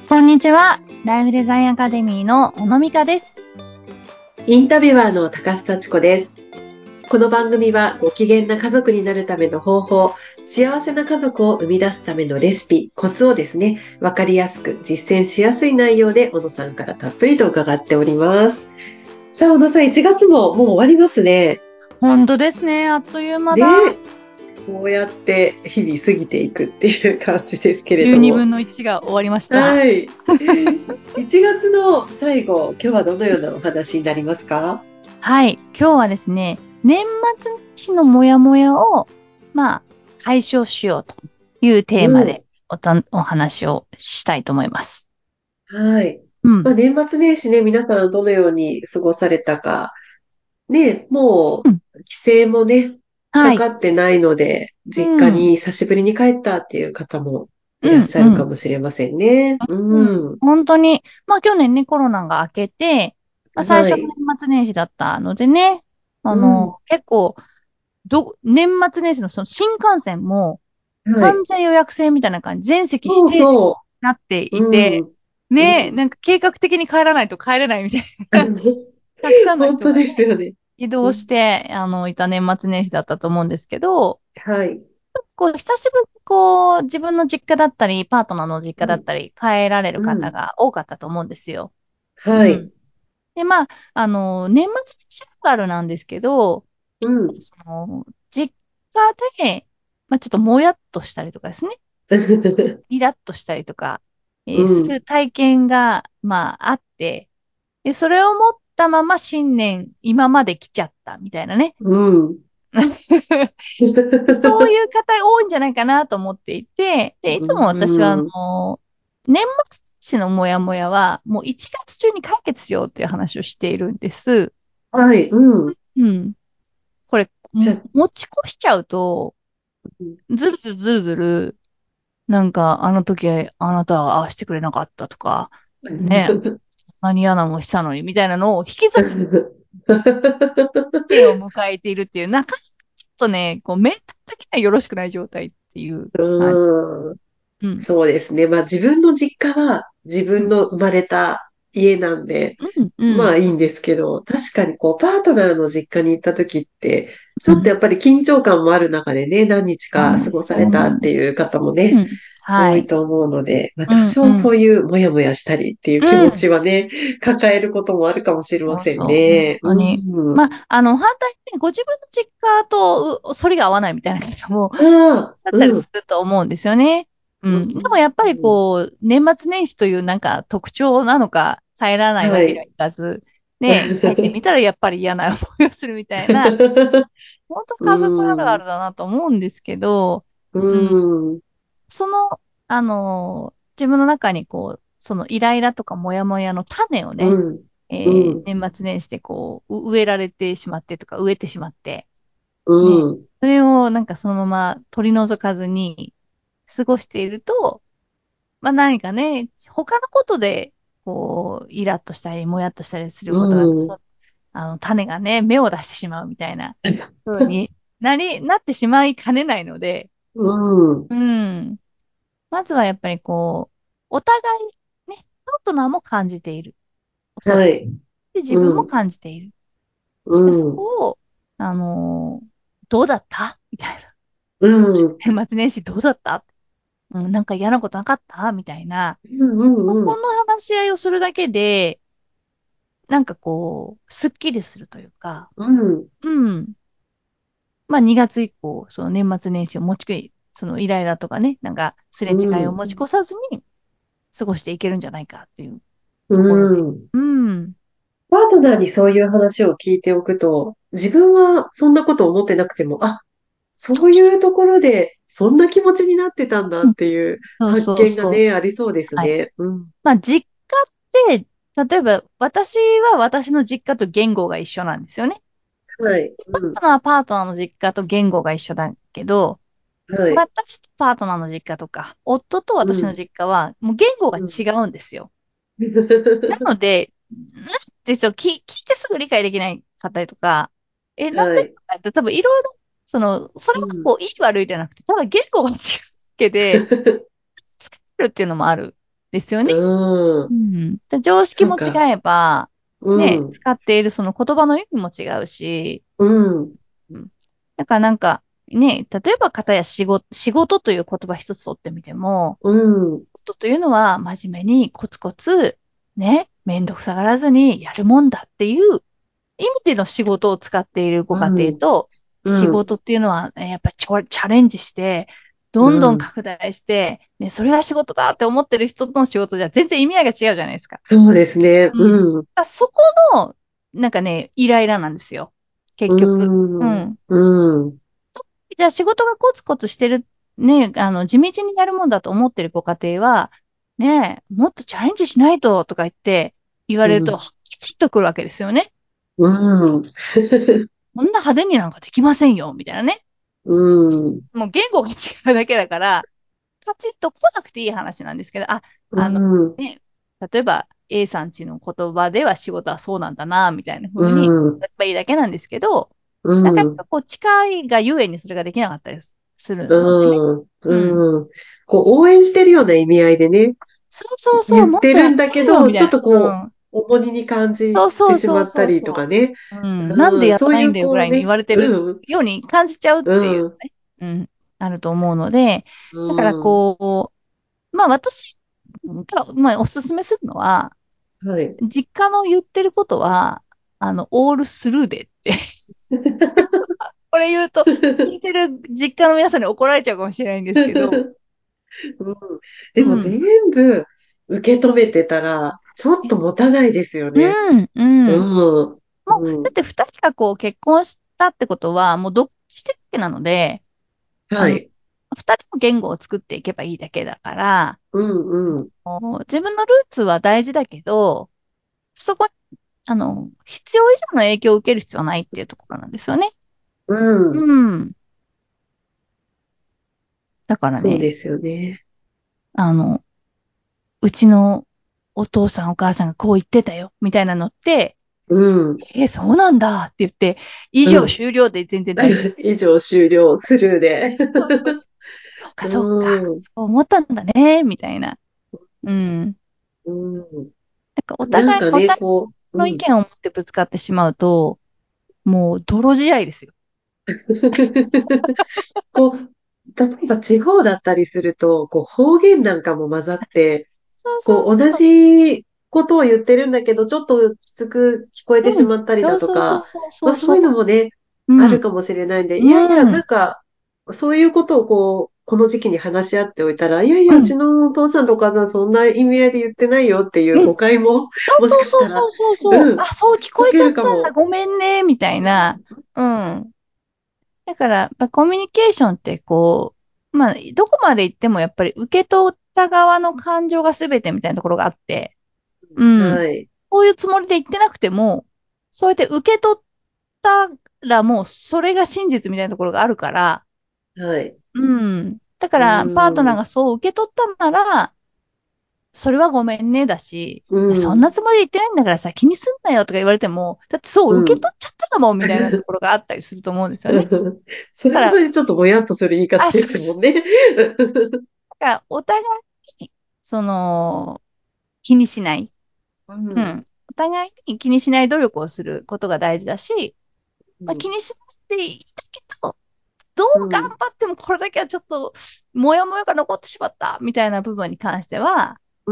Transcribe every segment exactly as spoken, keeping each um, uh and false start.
こんにちは。ライフデザインアカデミーの小野美香です。 インタビュアーの高須幸子です。この番組はご機嫌な家族になるための方法、幸せな家族を生み出すためのレシピ、コツをですね、わかりやすく実践しやすい内容で小野さんからたっぷりと伺っております。さあ、小野さん、いちがつももう終わりますね。 本当ですね。あっという間だ。 で、こうやって日々過ぎていくっていう感じですけれ 12 ども。 分のいちが終わりました。 はい。いちがつの最後、今日はどのようなお話になりますか？ はい。今日はですね、年末年始のモヤモヤを、まあ、解消しようというテーマうん。 でおたお話をしたいと思います。 はい。 うん。 まあ、年末年始ね、皆さんどのように過ごされたか。ね、もうん。 う、帰省もね、かはい。 かってないので、 う実家ん。 に久しぶりに帰ったっていう方もいらうん。 っしゃるかうん。 もしれませんね。 うん。 うん。 本当に、まあ去年ね、コロナが明けて、まあ最初のはい。 年末年始だったのでね、あうん。 の、結構、ど、年末年始のその新幹線もはい。 完全予約制みたいな感じ、全席指そう定席にそなってう。 いて、 うん。うね、 ん。 なんか計画的に帰らないと帰れないみたいな、たくさんの本当人がね、 ですよね。 移動しうん。 て、あの、いた年末年始だったと思うんですけど、 はい。 こう、久しぶりにこう、自分の実家だったり、パートナーの実家うん。 だったり、帰られるうん。 方が多かったと思うんですよ。 はい。 うん。で、まあ、あの、年末年始あるあるなんですけど、 うん。 その、実家で、まあ、ちょっともやっとしたりとかですね。イラッとしたりとか、 うえーすん。 る体験が、まあ、あって、で、それを持ったまま新年、今まで来ちゃったみたいなね。 うん。 そういう方多いんじゃないかなと思っていて、で、いつも私は、あうん。 の、年末年始のモヤモヤは、もういちがつ中に解決しようっていう話をしているんです。 はい。うん。 うん。これ、もじゃあ、 持ち越しちゃうと、 うん。 ずるずるずるずる、なんか、あの時あなたはああしてくれなかったとか、ね、何嫌なもんしたのに、みたいなのを引きずってを迎えているっていう、なかなかちょっとね、こう、メンタル的にはよろしくない状態っていう感じ。 うん。 うん。 そうですね。まあ自分の実家は自うん。 分の生まれた家なんで、 うん。うん。 まあいいんですけど、確かにこうパートナーの実家に行った時って、ちうん。 ょっとやっぱり緊張感もある中でね、何日か過ごそうなんです。 されたっそうなんです。 ていう方もね、 うん。はい。 多いと思うので、まあうん。う多少そん。 ういうモヤモヤしたりっていうう気持ん。 ちはね、抱えることもあるかもしれませんそうそう。本ね。 当に。 うん。 まあ、あの、反対にね、ご自分の実家とう、反りが合わないみたいな方も、 ああ、 だったりうん。 すると思うんですよね。うん。でもうん。 やっぱりうん。 こう、年末年始というなんか特徴なのか、帰らないわはい。 けにはいかず、ね、帰ってみたらやっぱり嫌な思いをするみたいな、本当う家族あるあん。 るだなと思うんですけど、 ううん。 ん。 その、あの、自分の中にこう、そのイライラとかモヤモヤの種をね、 うん。うえーん。 年末年始でこう、う植えられてしまってとか、植えてしまって、 うね、 ん。 それをなんかそのまま取り除かずに過ごしていると、まあ何かね、他のことで、こう、イラッとしたり、もやっとしたりするうことが、 ん。 そあの、種がね、芽を出してしまうみたいな風になり、なってしまいかねないので、 うん。 うん。まずはやっぱりこう、お互い、ね、パートナーも感じている。おそらく。 はい。 で、自分もうん。 感じている。 うで、そん。 こを、あのーどうだったみたいな。 うん。 年末年始どうだった、うん、なんか嫌なことなかったみたいな。 うん。うん。 ここの話し合いをするだけで、なんかこう、すっきりするというか、 うん。 うん。まあにがつ以降、その年末年始を持ちくい、そのイライラとかね、なんかすれ違いを持ち越さずに過ごしていけるんじゃないかっていううところで。 ん。 うん。 パートナーにそういう話を聞いておくと、自分はそんなこと思ってなくても、あ、そういうところで、そんな気持ちになってたんだうん。 っていうそう発そうそう。 見がね、ありそうですはい。 ね。うん。 まあ、実家って、例えば、私は私の実家と言語が一緒なんですよね。 はい。 パーうん。 トナーはパートナーの実家と言語が一緒だけど、 はい。 私とパートナーの実家とか、夫と私のうん。 実家は、もう言語がうん。 違うんですよ。なので、なんでしょう、聞、聞いてすぐ理解できないかったりとか、え、なんではい。 かって多分いろいろ、その、それうん。 はこう、いい悪いじゃなくて、ただ言語が違うだけで、つけてるっていうのもあるんですよね。 うん。 うん。で常識も違そうか。 えば、 うね、 ん。 使っているその言葉の意味も違うし、 うん。 うん。だからなんか、ね、例えば方や仕事、仕事という言葉一つ取ってみても、 うん。 ことというのは真面目にコツコツ、ね、めんどくさがらずにやるもんだっていう意味での仕事を使っているご家庭うん。 と、仕うん。 事っていうのは、ね、やっぱりチャチャレンジして、どんどんうん。 拡大して、ね、それが仕事だって思ってる人の仕事じゃ全然意味合いが違うじゃないですか。 そうですね。 うん。 うん。 あそこの、なんかね、イライラなんですよ。 う結局。うん。 ん。 うん。 じゃあ仕事がコツコツしてる、ね、あの、地道にやるもんだと思ってるご家庭は、ね、もっとチャレンジしないととか言って言われると、 うん。 きちっとくるわけですよね。 うん。 こんな派手になんかできませんよ、みたいなね。 うん。 もう言語が違うだけだから、カチッと来なくていい話なんですけど、あ、 うあの、 ん。 ね、例えば A さんちの言葉では仕事はそうなんだな、みたいなう風に、 ん。 やっぱいいだけなんですけど、 うなかなん。 かこう、近いがゆえにそれができなかったりするのでね。 うん。 うん。 うん。こう、応援してるような意味合いでね、 そうそうそう、 言っもっとやってるんだてみよう、 けど、ちょっみたいな。うとこん。 う、重荷に感じそうそうてしそうまったりとそうそかね。 う。うん。なんでうん。 やらそういうないんだよぐらいに言こうね。 われてるうん。 ように感じちゃうっうていうん。 ね。うん。あると思うので、だからうん。 こう、まあ私が、まあおすすめするのは、 はい。 実家の言ってることは、あの、オールスルーでって。これ言うと、聞いてる実家の皆さんに怒られちゃうかもしれないんですけど、 うん、でも全うん。 部受け止めてたら、ちょっと持たないですよね。 うん、うん。 うん。 もう、 うん。 だって二人がこう結婚したってことは、もう独立してるわけなので、あの、 はい。 二人の言語を作っていけばいいだけだから、 うんうん。 もう自分のルーツは大事だけど、そこに、あの、必要以上の影響を受ける必要はないっていうところなんですよね。 うん。 うん。だからね、 そうですよね。 あの、うちのお父さんお母さんがこう言ってたよ、みたいなのって、 うん。 え、そうなんだって言って、以上うん。 終了で全然大丈夫。 以上終了、スルーで。 そうそう。そうか、そうか。 うん。 そう思ったんだね、みたいな。うん。 うん。 なんかお互い、 なんかね、 お互いこう、うん。 の意見を持ってぶつかってしまうと、もう泥仕合ですよ。 こう、例えば地方だったりすると、こう方言なんかも混ざって、 そうこう同そうそう。 じことを言ってるんだけど、ちょっときつく聞こえてしうん。 まったりそうだとか、 そうそうそうまあそういうのそうそもね、 う。うん。 あるかもしれないんで、いやいや、 うん。 なんか、そういうことをこう、この時期に話し合っておいたら、いやいや、ううん。 ちのお父さんとお母さんそんな意味合いで言ってないよっていううん。 誤解も、 そうもしかしたら、 そうそうそうそう。 うん、 あ、そう聞こ解けえちゃったんだ。 るかも。 ごめんね。みたいな。うん。だから、やっぱコミュニケーションってこう、まあ、どこまで行ってもやっぱり受け取った側の感情が全てみたいなところがあって、うん。 はい、 こういうつもりで言ってなくても、そうやって受け取ったらもうそれが真実みたいなところがあるから、 はい、 うん。だかうら、パートナーん、 がそう受け取ったなら、それはごめんねだし、いうやそんん、 なつもりで言ってないんだからさ、気にすんなよとか言われても、だってそう受けうん。 取っちゃったんだもんみたいなところがあったりすると思うんですよね。 それだから、 はそれでちょっとぼやっとする言い方あ、 でそうすもんね。 だからお互いに、その、気にしない。 うん、 うん。お互いに気にしない努力をすることが大事だし、まあ、気うん、 にしないでいいんだけど、どう頑うん、 張ってもこれだけはちょっと、もやもやが残ってしまったみたいな部分に関しては、 うん、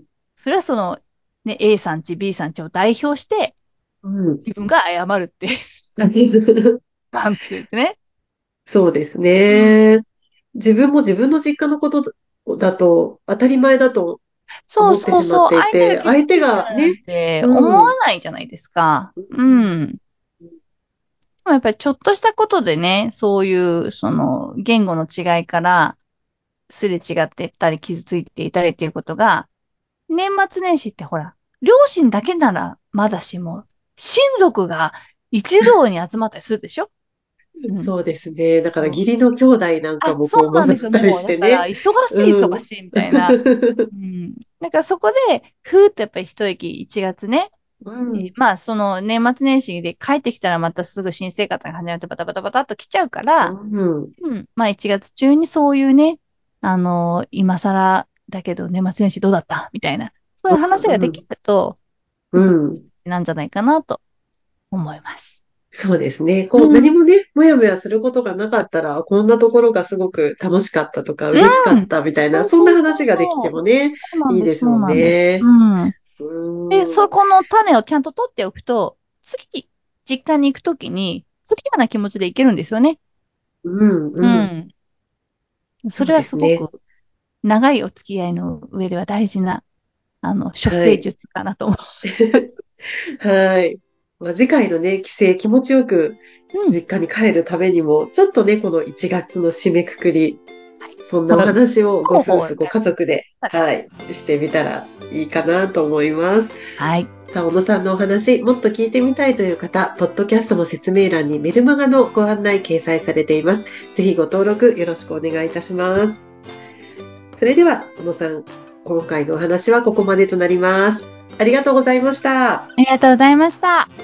それはその、ね、A さんち、B さんちを代表して、 うん。 自分が謝るって、なんつってね。 そうですうん。 ね。自分も自分の実家のことだと当たり前だとそう思ってしまっそうそう。相手がていて、相手傷ついてるがね、 なんて思わうん、 ないじゃないですか。 ううん、 ん。でもやっぱりちょっとしたことでね、そういう、その、言語の違いから、すれ違ってたり、傷ついていたりっていうことが、年末年始ってほら、両親だけならまだしも、親族が一堂に集まったりするでしょ？うん。 そうですね。だからそう。 義理の兄弟なんかあ、 もこう混そうなんですよ。 ざったりもう、だから、 してね。 忙しいうん。 忙しいみたいな。うん。だからそこで、ふーっとやっぱり一息いちがつね、 うえん。 まあ、その年末年始で帰ってきたらまたすぐ新生活が始まってバタバタバタっと来ちゃうかうら、 ん。 うん。まあ、いちがつ中にそういうね、あの、今更だけど年末年始どうだったみたいな、そういう話ができると、 うん。 なんじゃないかなと思います。 そうですね。こう、 うん。 何もね、もやもやすることがなかったら、こんなところがすごく楽しかったとか、 う嬉しかっん。 たみたいな、そんなそうそうそう話ができてそう。 もね、 そうなんです、 いいですもんそうなんです。 ね。 うん。 うで、 ーん。 そこの種をちゃんと取っておくと、次、実家に行くときに、クリアな気持ちで行けるんですよね。 うん、 ううん。 ん。そそうれはですね。 すごく長いお付き合いの上では大事な、あの、処世はい。 術かなと思います。 はい。まあ、次回のね、帰省気持ちよくうん。 実家に帰るためにも、ちょっとね、このいちがつの締めくくり、 はい。 そんなお話をご夫婦、 広報で。 ご家族で、はい、してみたらいいかなと思います。 はい。 さあ、小野さんのお話、もっと聞いてみたいという方、ポッドキャストの説明欄にメルマガのご案内掲載されています。ぜひご登録よろしくお願いいたします。それでは、小野さん、今回のお話はここまでとなります。ありがとうございました。 ありがとうございました。